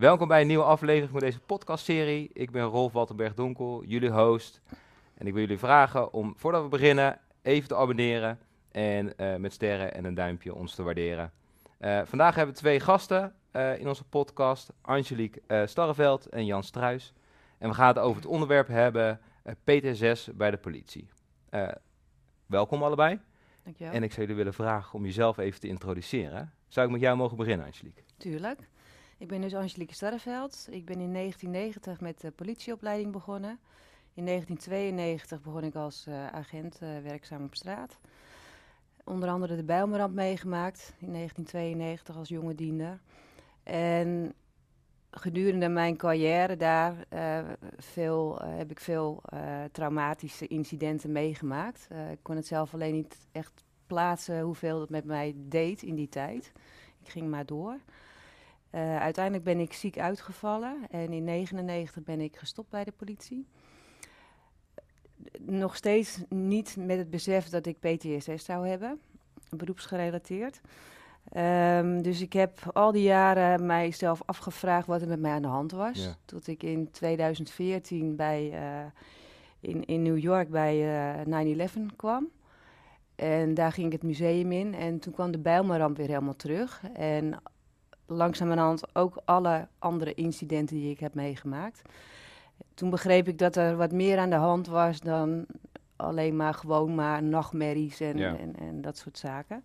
Welkom bij een nieuwe aflevering van deze podcastserie. Ik ben Rolf Waltenberg-Donkel, jullie host. En ik wil jullie vragen om, voordat we beginnen, even te abonneren en met sterren en een duimpje ons te waarderen. Vandaag hebben we twee gasten in onze podcast, Angelique Starreveld en Jan Struijs. En we gaan het over het onderwerp hebben, PTSS bij de politie. Welkom allebei. Dankjewel. En ik zou jullie willen vragen om jezelf even te introduceren. Zou ik met jou mogen beginnen, Angelique? Tuurlijk. Ik ben dus Angelique Starreveld. Ik ben in 1990 met de politieopleiding begonnen. In 1992 begon ik als agent werkzaam op straat. Onder andere de Bijlmerramp meegemaakt in 1992 als jonge diender. En gedurende mijn carrière daar heb ik veel traumatische incidenten meegemaakt. Ik kon het zelf alleen niet echt plaatsen hoeveel het met mij deed in die tijd. Ik ging maar door. Uiteindelijk ben ik ziek uitgevallen en in 1999 ben ik gestopt bij de politie. Nog steeds niet met het besef dat ik PTSS zou hebben, beroepsgerelateerd. Dus ik heb al die jaren mijzelf afgevraagd wat er met mij aan de hand was. Ja. Tot ik in 2014 in New York bij 9/11 kwam. En daar ging ik het museum in en toen kwam de Bijlmerramp weer helemaal terug. En langzamerhand ook alle andere incidenten die ik heb meegemaakt. Toen begreep ik dat er wat meer aan de hand was dan alleen maar gewoon maar nachtmerries en dat soort zaken.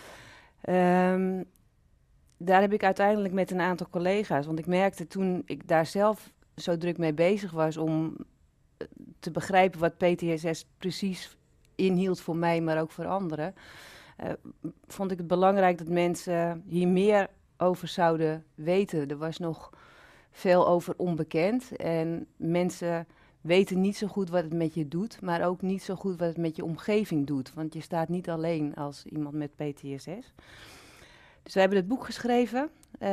Daar heb ik uiteindelijk met een aantal collega's, want ik merkte toen ik daar zelf zo druk mee bezig was om te begrijpen wat PTSS precies inhield voor mij, maar ook voor anderen, vond ik het belangrijk dat mensen hier meer over zouden weten. Er was nog veel over onbekend en mensen weten niet zo goed wat het met je doet, maar ook niet zo goed wat het met je omgeving doet, want je staat niet alleen als iemand met PTSS. Dus we hebben het boek geschreven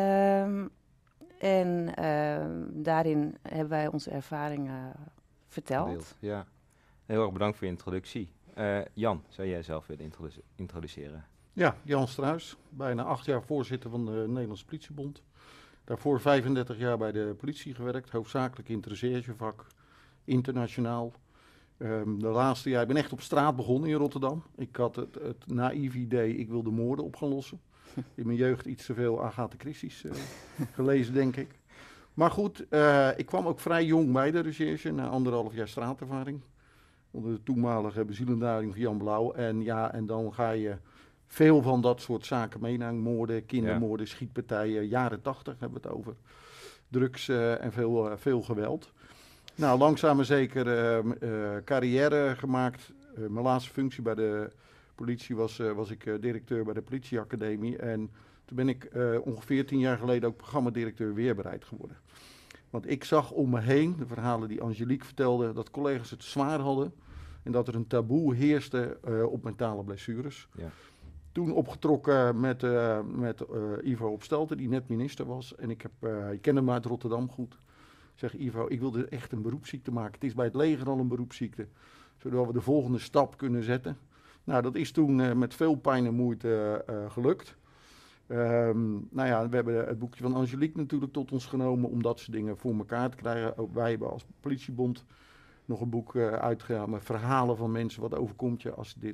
en daarin hebben wij onze ervaringen verteld. Gedeeld, ja. Heel erg bedankt voor je introductie. Jan, zou jij zelf willen introduceren? Ja, Jan Struijs, bijna 8 jaar voorzitter van de Nederlandse Politiebond. Daarvoor 35 jaar bij de politie gewerkt, hoofdzakelijk in het recherchevak, internationaal. De laatste jaar, ik ben echt op straat begonnen in Rotterdam. Ik had het naïeve idee, ik wilde moorden op gaan lossen. In mijn jeugd iets te veel Agatha Christie's gelezen, denk ik. Maar goed, ik kwam ook vrij jong bij de recherche, na 1,5 jaar straatervaring. Onder de toenmalige bezielendading van Jan Blauw. En dan ga je veel van dat soort zaken meenemen. Moorden, kindermoorden, schietpartijen. Jaren 80 hebben we het over. Drugs en veel geweld. Nou, langzaam maar zeker carrière gemaakt. Mijn laatste functie bij de politie was ik directeur bij de politieacademie. En toen ben ik ongeveer 10 jaar geleden ook programmadirecteur weerbaarheid geworden. Want ik zag om me heen, de verhalen die Angelique vertelde, dat collega's het zwaar hadden. En dat er een taboe heerste op mentale blessures. Ja. Toen opgetrokken met Ivo Opstelten, die net minister was. En ik ken hem uit Rotterdam goed. Ik zeg, Ivo, ik wilde echt een beroepsziekte maken. Het is bij het leger al een beroepsziekte. Zodat we de volgende stap kunnen zetten. Nou, dat is toen met veel pijn en moeite gelukt. Nou ja, we hebben het boekje van Angelique natuurlijk tot ons genomen om dat soort dingen voor elkaar te krijgen. Ook wij hebben als politiebond nog een boek uitgegeven met verhalen van mensen. Wat overkomt je als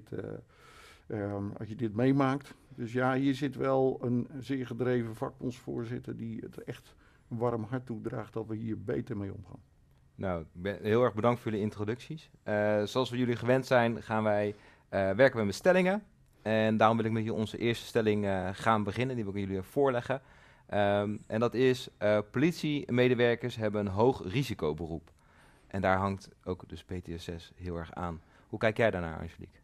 je dit meemaakt. Dus ja, hier zit wel een zeer gedreven vakbondsvoorzitter die het echt een warm hart toedraagt dat we hier beter mee omgaan. Nou, heel erg bedankt voor jullie introducties. Zoals we jullie gewend zijn, gaan wij werken we met stellingen. En daarom wil ik met onze eerste stelling gaan beginnen. Die wil ik jullie voorleggen. En dat is, politiemedewerkers hebben een hoog risicoberoep. En daar hangt ook dus PTSS heel erg aan. Hoe kijk jij daarnaar, Angelique?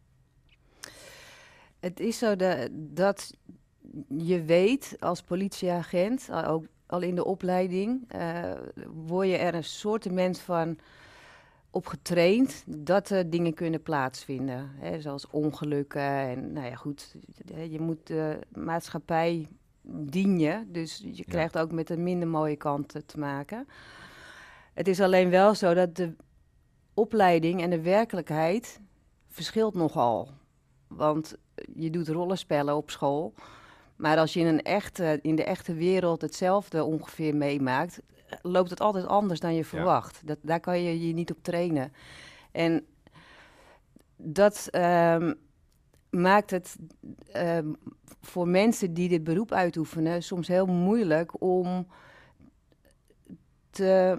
Het is zo dat je weet als politieagent, ook al in de opleiding, word je er een soortement van op getraind dat er dingen kunnen plaatsvinden. Hè, zoals ongelukken en nou ja goed, je moet de maatschappij dienen, dus je krijgt ook met een minder mooie kant te maken. Het is alleen wel zo dat de opleiding en de werkelijkheid verschilt nogal. Want je doet rollenspellen op school, Maar als je in de echte wereld hetzelfde ongeveer meemaakt, loopt het altijd anders dan je verwacht. Daar kan je je niet op trainen. En dat maakt het voor mensen die dit beroep uitoefenen soms heel moeilijk om te...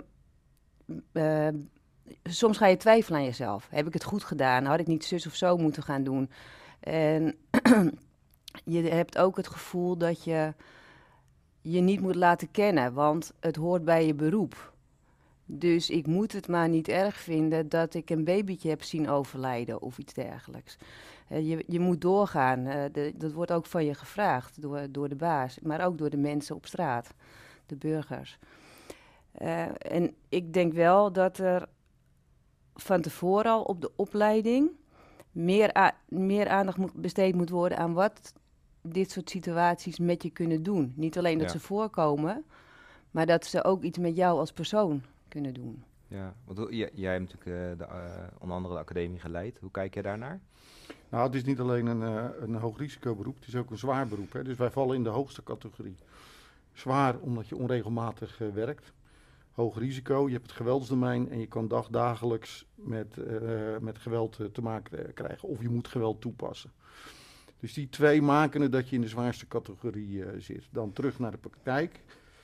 soms ga je twijfelen aan jezelf. Heb ik het goed gedaan? Had ik niet zus of zo moeten gaan doen? En je hebt ook het gevoel dat je je niet moet laten kennen, want het hoort bij je beroep. Dus ik moet het maar niet erg vinden dat ik een babytje heb zien overlijden of iets dergelijks. Je moet doorgaan. Dat wordt ook van je gevraagd door de baas, maar ook door de mensen op straat, de burgers. En ik denk wel dat er van tevoren al op de opleiding meer aandacht besteed moet worden aan wat dit soort situaties met je kunnen doen. Niet alleen dat ze voorkomen, maar dat ze ook iets met jou als persoon kunnen doen. Ja, want jij hebt natuurlijk onder andere de academie geleid. Hoe kijk jij daarnaar? Nou, het is niet alleen een hoog risicoberoep, het is ook een zwaar beroep. Hè? Dus wij vallen in de hoogste categorie. Zwaar omdat je onregelmatig werkt. Hoog risico, je hebt het geweldsdomein en je kan dagelijks met geweld te maken krijgen. Of je moet geweld toepassen. Dus die twee maken het dat je in de zwaarste categorie zit. Dan terug naar de praktijk.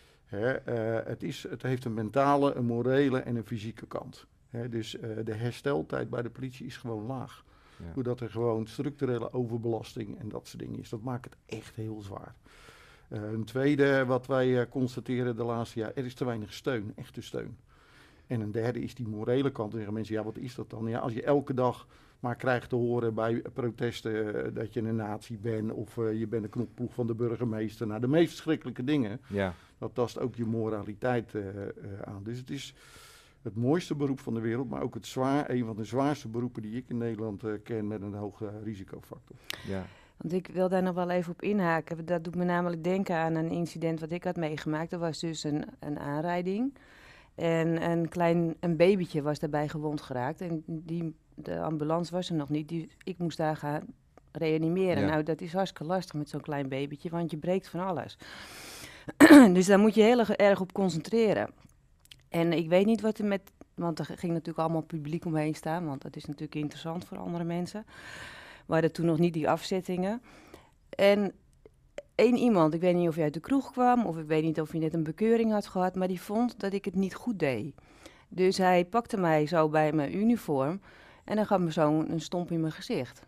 Het heeft een mentale, een morele en een fysieke kant. Dus de hersteltijd bij de politie is gewoon laag. Ja. Doordat er gewoon structurele overbelasting en dat soort dingen is. Dat maakt het echt heel zwaar. Een tweede wat wij constateren de laatste jaar, er is te weinig steun, echte steun. En een derde is die morele kant. Dan zeggen mensen, ja, wat is dat dan? Ja, als je elke dag maar krijgt te horen bij protesten dat je een nazi bent of je bent een knokploeg van de burgemeester. Nou, de meest verschrikkelijke dingen, dat tast ook je moraliteit aan. Dus het is het mooiste beroep van de wereld, maar ook een van de zwaarste beroepen die ik in Nederland ken met een hoge risicofactor. Ja. Want ik wil daar nog wel even op inhaken. Dat doet me namelijk denken aan een incident wat ik had meegemaakt. Er was dus een aanrijding en een babytje was daarbij gewond geraakt. En de ambulance was er nog niet. Ik moest daar gaan reanimeren. Ja. Nou, dat is hartstikke lastig met zo'n klein babytje, want je breekt van alles. Dus daar moet je heel erg op concentreren. En ik weet niet wat er want er ging natuurlijk allemaal publiek omheen staan, want dat is natuurlijk interessant voor andere mensen. We hadden toen nog niet die afzettingen. En één iemand, ik weet niet of hij uit de kroeg kwam, of ik weet niet of hij net een bekeuring had gehad, maar die vond dat ik het niet goed deed. Dus hij pakte mij zo bij mijn uniform en dan gaf me zo een stomp in mijn gezicht.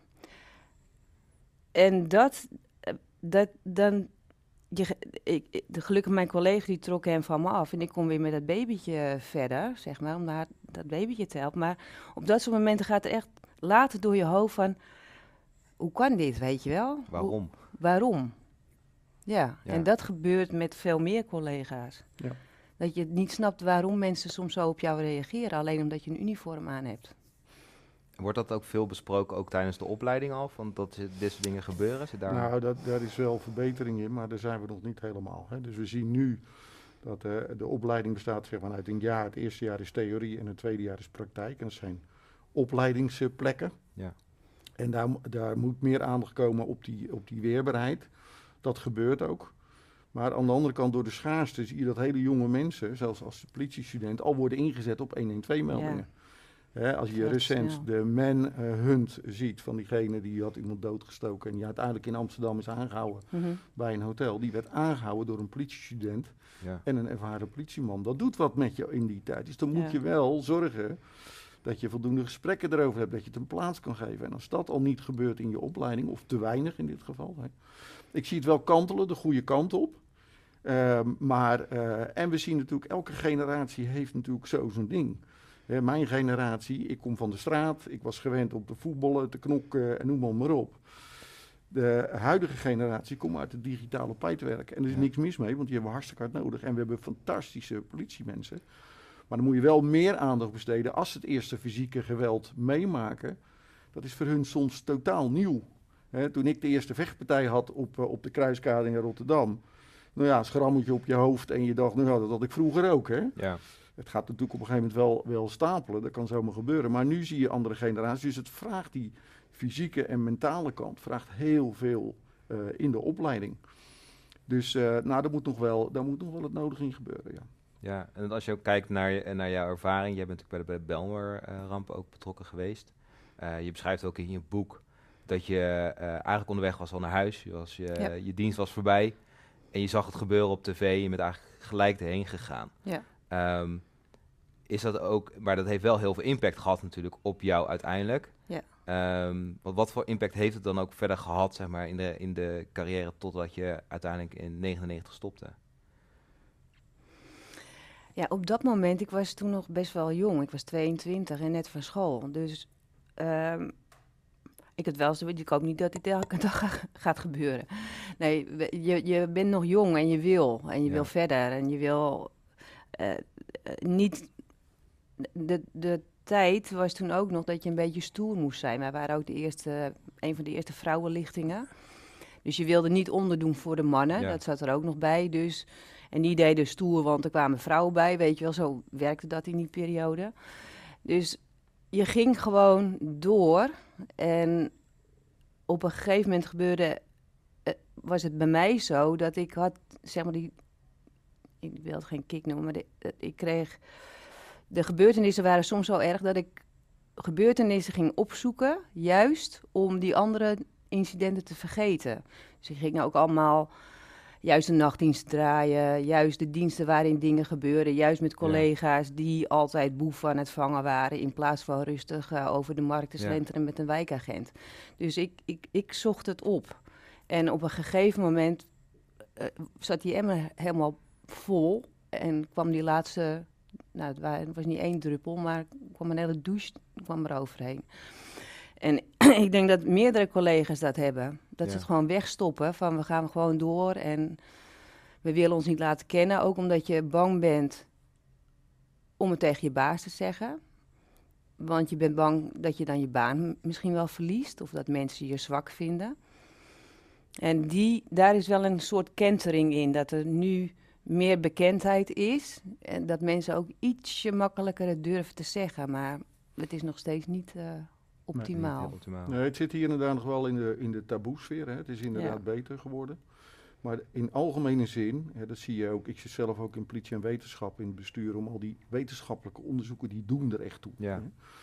En gelukkig mijn collega die trok hem van me af en ik kon weer met dat babytje verder, zeg maar, om naar dat babytje te helpen. Maar op dat soort momenten gaat er echt later door je hoofd van, hoe kan dit, weet je wel? Waarom? Ja, en dat gebeurt met veel meer collega's. Ja. Dat je niet snapt waarom mensen soms zo op jou reageren, alleen omdat je een uniform aan hebt. Wordt dat ook veel besproken, ook tijdens de opleiding al, van dat dit soort dingen gebeuren? Nou, daar is wel verbetering in, maar daar zijn we nog niet helemaal. Hè. Dus we zien nu dat de opleiding bestaat zeg maar, uit een jaar. Het eerste jaar is theorie en het tweede jaar is praktijk. En dat zijn opleidingsplekken. Ja. En daar moet meer aandacht komen op die weerbaarheid. Dat gebeurt ook. Maar aan de andere kant, door de schaarste zie je dat hele jonge mensen, zelfs als politiestudent, al worden ingezet op 112-meldingen. Ja. Als je recent de manhunt ziet van diegene die had iemand doodgestoken en die uiteindelijk in Amsterdam is aangehouden bij een hotel. Die werd aangehouden door een politiestudent en een ervaren politieman. Dat doet wat met je in die tijd. Dus dan moet je wel zorgen dat je voldoende gesprekken erover hebt, dat je het een plaats kan geven. En als dat al niet gebeurt in je opleiding, of te weinig in dit geval. Ik zie het wel kantelen, de goede kant op. En we zien natuurlijk, elke generatie heeft natuurlijk zo'n ding. Mijn generatie, ik kom van de straat, ik was gewend om te voetballen, te knokken en noem maar op. De huidige generatie komt uit het digitale tijdperk. En er is niks mis mee, want die hebben we hartstikke hard nodig. En we hebben fantastische politiemensen. Maar dan moet je wel meer aandacht besteden als ze het eerste fysieke geweld meemaken. Dat is voor hun soms totaal nieuw. Toen ik de eerste vechtpartij had op de Kruiskade in Rotterdam. Nou ja, een schrammetje op je hoofd en je dacht, nou dat had ik vroeger ook. Hè? Ja. Het gaat natuurlijk op een gegeven moment wel stapelen, dat kan zomaar gebeuren. Maar nu zie je andere generaties, dus het vraagt die fysieke en mentale kant, vraagt heel veel in de opleiding. Dus daar moet nog wel het nodige in gebeuren, ja. Ja, en als je ook kijkt naar jouw ervaring, jij bent natuurlijk bij de Bijlmer-ramp ook betrokken geweest. Je beschrijft ook in je boek dat je eigenlijk onderweg was al naar huis. Je dienst was voorbij en je zag het gebeuren op tv en je bent eigenlijk gelijk erheen gegaan. Ja. Is dat ook, maar dat heeft wel heel veel impact gehad natuurlijk op jou uiteindelijk. Ja. Wat voor impact heeft het dan ook verder gehad, zeg maar, in de carrière totdat je uiteindelijk in 99 stopte? Ja, op dat moment, ik was toen nog best wel jong. Ik was 22 en net van school. Dus ik had wel zoiets, ik hoop niet dat dit elke dag gaat gebeuren. Nee, je bent nog jong en je wil. En je wil verder. En je wil niet... De tijd was toen ook nog dat je een beetje stoer moest zijn. Wij waren ook een van de eerste vrouwenlichtingen. Dus je wilde niet onderdoen voor de mannen. Ja. Dat zat er ook nog bij. Dus... En die deden stoer, want er kwamen vrouwen bij, weet je wel. Zo werkte dat in die periode. Dus je ging gewoon door. En op een gegeven moment was het bij mij zo dat ik had, zeg maar ik wil het geen kick noemen, maar ik kreeg... De gebeurtenissen waren soms zo erg dat ik gebeurtenissen ging opzoeken, juist om die andere incidenten te vergeten. Dus ik ging ook allemaal... Juist de nachtdienst draaien, juist de diensten waarin dingen gebeuren, juist met collega's die altijd boef aan het vangen waren, in plaats van rustig over de markt te slenteren met een wijkagent. Dus ik zocht het op. En op een gegeven moment zat die emmer helemaal vol en kwam die laatste, het was niet 1 druppel, maar kwam een hele douche eroverheen. En ik denk dat meerdere collega's dat hebben. Dat ze het gewoon wegstoppen van we gaan gewoon door en we willen ons niet laten kennen. Ook omdat je bang bent om het tegen je baas te zeggen. Want je bent bang dat je dan je baan misschien wel verliest of dat mensen je zwak vinden. En daar is wel een soort kentering in, dat er nu meer bekendheid is. En dat mensen ook ietsje makkelijker het durven te zeggen. Maar het is nog steeds niet... optimaal. Nee, het zit hier inderdaad nog wel in de taboesfeer. Hè. Het is inderdaad beter geworden. Maar in algemene zin, dat zie je ook, ik zit zelf ook in politie en wetenschap in het bestuur, om al die wetenschappelijke onderzoeken, die doen er echt toe. Ja. Hè.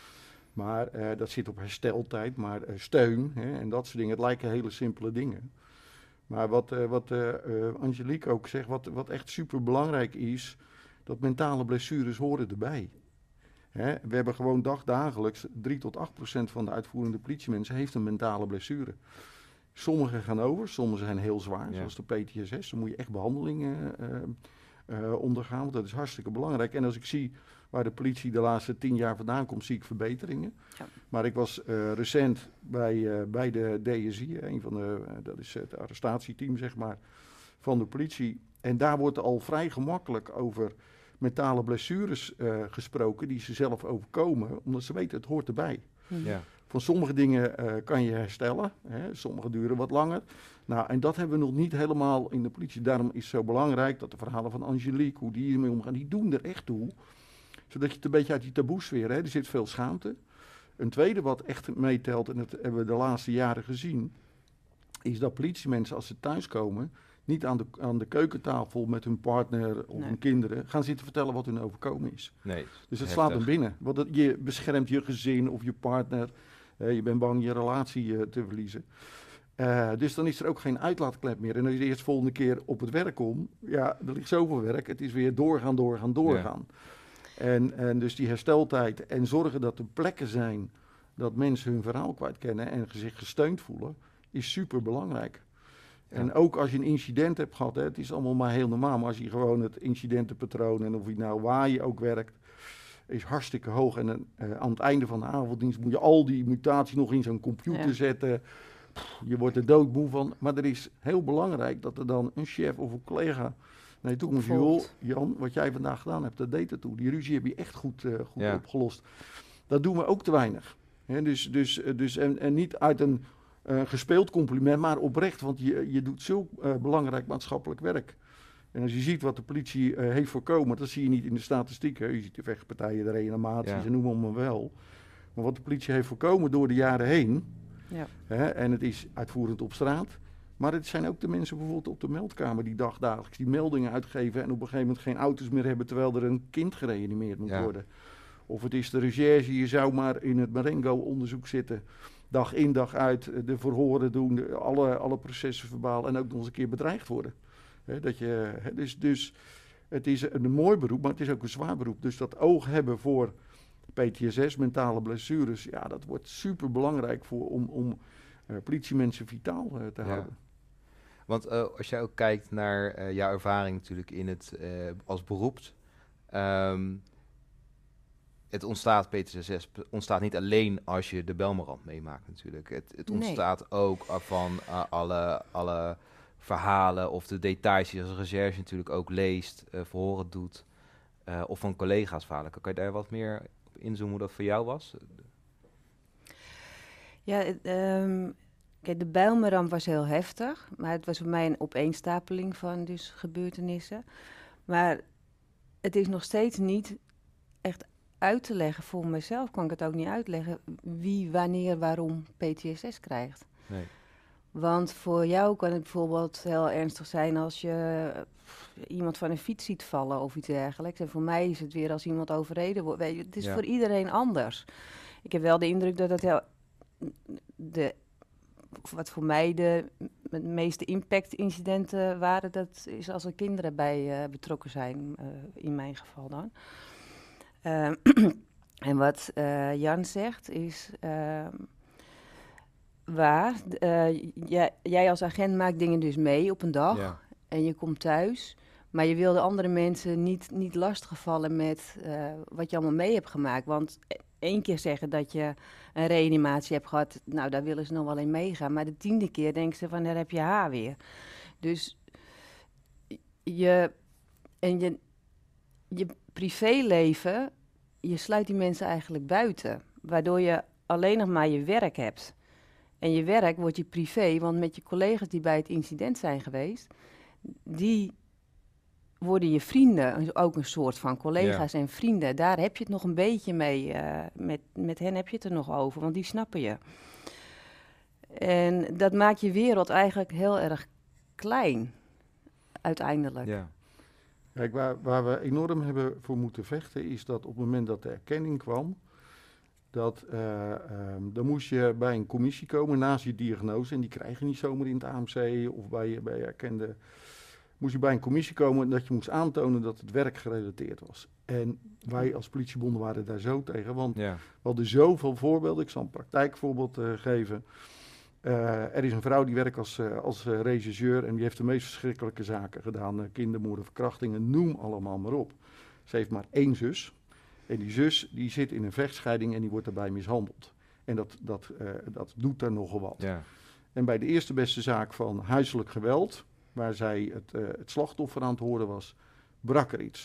Maar dat zit op hersteltijd, maar steun en dat soort dingen. Het lijken hele simpele dingen. Maar wat Angelique ook zegt, wat echt super belangrijk is, dat mentale blessures horen erbij. We hebben gewoon dagelijks 3 tot 8% van de uitvoerende politiemensen heeft een mentale blessure. Sommigen gaan over, sommigen zijn heel zwaar, zoals de PTSS. Dan moet je echt behandeling ondergaan, want dat is hartstikke belangrijk. En als ik zie waar de politie de laatste 10 jaar vandaan komt, zie ik verbeteringen. Ja. Maar ik was recent bij de DSI, dat is het arrestatieteam zeg maar, van de politie. En daar wordt al vrij gemakkelijk over mentale blessures gesproken die ze zelf overkomen, omdat ze weten het hoort erbij. Ja. Van sommige dingen kan je herstellen, sommige duren wat langer. Nou, en dat hebben we nog niet helemaal in de politie. Daarom is het zo belangrijk dat de verhalen van Angelique, hoe die hiermee omgaan, die doen er echt toe. Zodat je het een beetje uit die taboesfeer, er zit veel schaamte. Een tweede wat echt meetelt, en dat hebben we de laatste jaren gezien, is dat politiemensen als ze thuiskomen niet aan de keukentafel met hun partner of hun kinderen gaan zitten vertellen wat hun overkomen is. Nee, dus het slaat hem binnen. Want je beschermt je gezin of je partner. Je bent bang je relatie te verliezen. Dus dan is er ook geen uitlaatklep meer. En als je eerst volgende keer op het werk komt, ja, er ligt zoveel werk. Het is weer doorgaan. Ja. En dus die hersteltijd en zorgen dat er plekken zijn dat mensen hun verhaal kwijt kennen en zich gesteund voelen, is super belangrijk. Ja. En ook als je een incident hebt gehad, het is allemaal maar heel normaal, maar als je gewoon het incidentenpatroon en of je nou waar je ook werkt, is hartstikke hoog. En aan het einde van de avonddienst moet je al die mutaties nog in zo'n computer zetten. Je wordt er doodmoe van. Maar er is heel belangrijk dat er dan een chef of een collega naar je toe komt. Joh, Jan, wat jij vandaag gedaan hebt, dat deed ertoe. Die ruzie heb je echt goed opgelost. Dat doen we ook te weinig. En niet uit een gespeeld compliment, maar oprecht. Want je doet zo belangrijk maatschappelijk werk. En als je ziet wat de politie heeft voorkomen, dat zie je niet in de statistieken. Je ziet de vechtpartijen, de reanimaties en noem maar wel. Maar wat de politie heeft voorkomen door de jaren heen, en het is uitvoerend op straat, Maar het zijn ook de mensen bijvoorbeeld op de meldkamer die dagdagelijks die meldingen uitgeven en op een gegeven moment geen auto's meer hebben terwijl er een kind gereanimeerd moet worden. Of het is de recherche, je zou maar in het Marengo-onderzoek zitten, dag in dag uit de verhoren doen, alle processen verbaal en ook nog eens een keer bedreigd worden. Dus het is een mooi beroep, maar het is ook een zwaar beroep. Dus dat oog hebben voor PTSS, mentale blessures, ja, dat wordt super belangrijk om politiemensen vitaal te houden. Want als jij ook kijkt naar jouw ervaring natuurlijk in het als beroeps, het ontstaat, PTSS ontstaat niet alleen als je de Bijlmerramp meemaakt natuurlijk. Het ontstaat ook van alle verhalen of de details die als recherche natuurlijk ook leest, verhoren doet, of van collega's verhalen. Kan je daar wat meer op inzoomen hoe dat voor jou was? Ja, kijk, de Bijlmerramp was heel heftig, maar het was voor mij een opeenstapeling van dus gebeurtenissen. Maar het is nog steeds niet echt uit te leggen, voor mezelf kan ik het ook niet uitleggen, wie, wanneer, waarom PTSS krijgt. Nee. Want voor jou kan het bijvoorbeeld heel ernstig zijn als je iemand van een fiets ziet vallen of iets dergelijks. En voor mij is het weer als iemand overreden wordt. Weet je, het is voor iedereen anders. Ik heb wel de indruk dat het wat voor mij de meeste impact-incidenten waren, dat is als er kinderen bij betrokken zijn, in mijn geval dan. En wat Jan zegt is waar. Jij als agent maakt dingen dus mee op een dag en je komt thuis, maar je wil de andere mensen niet lastigvallen met wat je allemaal mee hebt gemaakt. Want 1 keer zeggen dat je een reanimatie hebt gehad, nou daar willen ze nog wel in meegaan, maar de 10e keer denken ze van daar heb je haar weer. Dus je privéleven, je sluit die mensen eigenlijk buiten, waardoor je alleen nog maar je werk hebt. En je werk wordt je privé, want met je collega's die bij het incident zijn geweest, die worden je vrienden, ook een soort van collega's en vrienden. Daar heb je het nog een beetje mee, met hen heb je het er nog over, want die snappen je. En dat maakt je wereld eigenlijk heel erg klein, uiteindelijk. Ja. Kijk, waar we enorm hebben voor moeten vechten, is dat op het moment dat de erkenning kwam, dan moest je bij een commissie komen naast je diagnose, en die krijg je niet zomaar in het AMC of bij erkende, moest je bij een commissie komen dat je moest aantonen dat het werk gerelateerd was. En wij als politiebonden waren daar zo tegen, want we hadden zoveel voorbeelden. Ik zal een praktijkvoorbeeld geven. Er is een vrouw die werkt als regisseur en die heeft de meest verschrikkelijke zaken gedaan. Kindermoorden, verkrachtingen, noem allemaal maar op. Ze heeft maar 1 zus. En die zus die zit in een vechtscheiding en die wordt daarbij mishandeld. En dat doet daar nogal wat. Ja. En bij de eerste beste zaak van huiselijk geweld, waar zij het slachtoffer aan het horen was, brak er iets.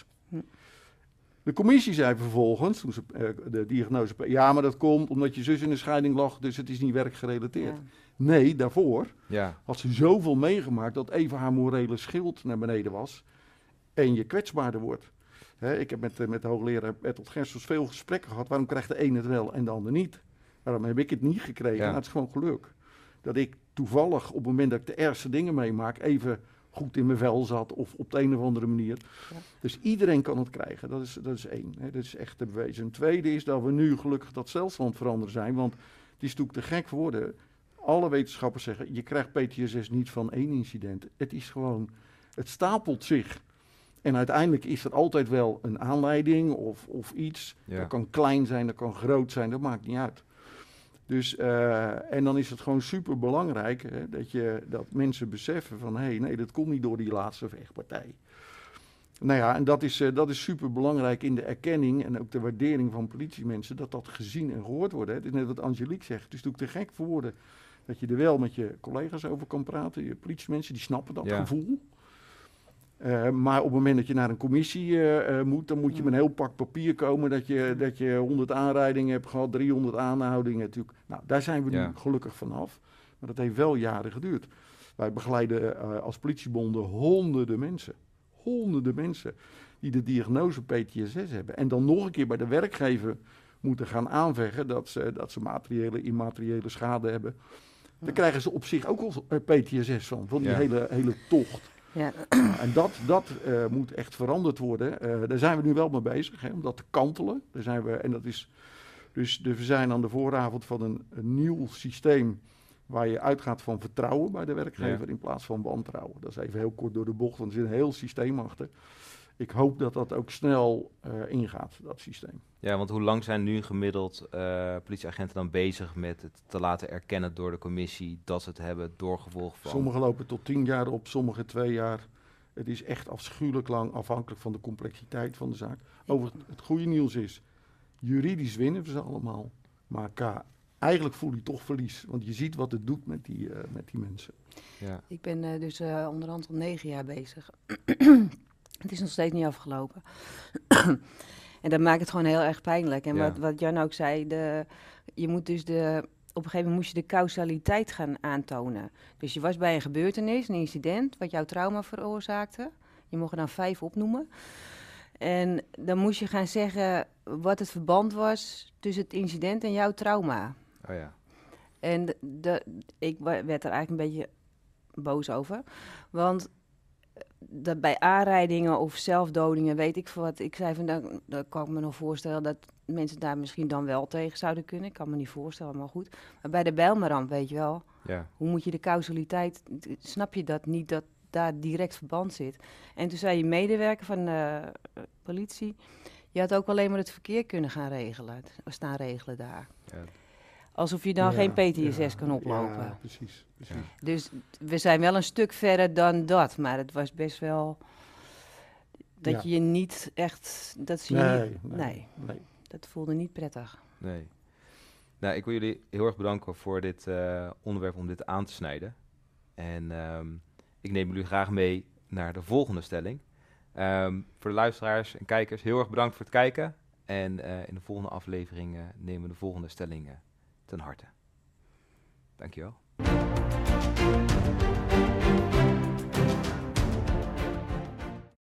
De commissie zei vervolgens, toen ze de diagnose, ja, maar dat komt omdat je zus in een scheiding lag, dus het is niet werkgerelateerd. Ja. Nee, daarvoor had ze zoveel meegemaakt dat even haar morele schild naar beneden was en je kwetsbaarder wordt. Ik heb met de hoogleraar Bertolt Gersels veel gesprekken gehad. Waarom krijgt de een het wel en de ander niet? Waarom heb ik het niet gekregen? Nou, het is gewoon geluk. Dat ik toevallig op het moment dat ik de ergste dingen meemaak even goed in mijn vel zat of op de een of andere manier. Ja. Dus iedereen kan het krijgen. Dat is 1. Dat is echt te bewezen. Een tweede is dat we nu gelukkig dat stelsel aan het veranderen zijn. Want het is natuurlijk te gek voor woorden. Alle wetenschappers zeggen, je krijgt PTSS niet van 1 incident. Het is gewoon, het stapelt zich. En uiteindelijk is er altijd wel een aanleiding of iets. Ja. Dat kan klein zijn, dat kan groot zijn, dat maakt niet uit. Dus, en dan is het gewoon super belangrijk dat mensen beseffen van, nee, dat komt niet door die laatste vechtpartij. Nou ja, en dat is super belangrijk in de erkenning en ook de waardering van politiemensen, dat gezien en gehoord wordt. Het is net wat Angelique zegt, het is natuurlijk te gek voor woorden dat je er wel met je collega's over kan praten. Je politiemensen, die snappen dat gevoel. Maar op het moment dat je naar een commissie moet, dan moet je met een heel pak papier komen dat je 100 aanrijdingen hebt gehad, 300 aanhoudingen natuurlijk. Nou, daar zijn we nu gelukkig vanaf. Maar dat heeft wel jaren geduurd. Wij begeleiden als politiebonden honderden mensen die de diagnose PTSS hebben. En dan nog een keer bij de werkgever moeten gaan aanveggen dat ze materiële, immateriële schade hebben. Daar krijgen ze op zich ook al PTSS van die Ja. hele tocht. Ja. En dat moet echt veranderd worden. Daar zijn we nu wel mee bezig, hè, om dat te kantelen. Daar zijn we, en dat is, dus we zijn aan de vooravond van een nieuw systeem waar je uitgaat van vertrouwen bij de werkgever in plaats van wantrouwen. Dat is even heel kort door de bocht, want er zit een heel systeem achter. Ik hoop dat dat ook snel ingaat, dat systeem. Ja, want hoe lang zijn nu gemiddeld politieagenten dan bezig met het te laten erkennen door de commissie dat ze het hebben doorgevolgd van... Sommigen lopen tot 10 jaar op, sommigen 2 jaar. Het is echt afschuwelijk lang, afhankelijk van de complexiteit van de zaak. Het goede nieuws is, juridisch winnen we ze allemaal. Maar eigenlijk voel je toch verlies, want je ziet wat het doet met die mensen. Ja. Ik ben dus onderhand al 9 jaar bezig. Het is nog steeds niet afgelopen. En dat maakt het gewoon heel erg pijnlijk. En wat Jan ook zei, je moet dus op een gegeven moment moest je de causaliteit gaan aantonen. Dus je was bij een gebeurtenis, een incident, wat jouw trauma veroorzaakte. Je mocht er dan 5 opnoemen. En dan moest je gaan zeggen wat het verband was tussen het incident en jouw trauma. Oh ja. En ik werd er eigenlijk een beetje boos over. Want dat bij aanrijdingen of zelfdodingen, weet ik veel wat. Ik zei van, dan kan ik me nog voorstellen dat mensen daar misschien dan wel tegen zouden kunnen. Ik kan me niet voorstellen, maar goed. Maar bij de Bijlmerramp, weet je wel. Ja. Hoe moet je de causaliteit, snap je dat niet, dat daar direct verband zit? En toen zei je medewerker van de politie, je had ook alleen maar het verkeer kunnen staan regelen daar. Ja. Alsof je dan geen PTSS kan oplopen. Ja, precies. Ja. Dus we zijn wel een stuk verder dan dat, maar het was best wel dat je niet echt, dat zie je nee, dat voelde niet prettig. Nee. Nou, ik wil jullie heel erg bedanken voor dit onderwerp om dit aan te snijden. En ik neem jullie graag mee naar de volgende stelling. Voor de luisteraars en kijkers, heel erg bedankt voor het kijken. En in de volgende aflevering nemen we de volgende stelling ten harte. Dankjewel.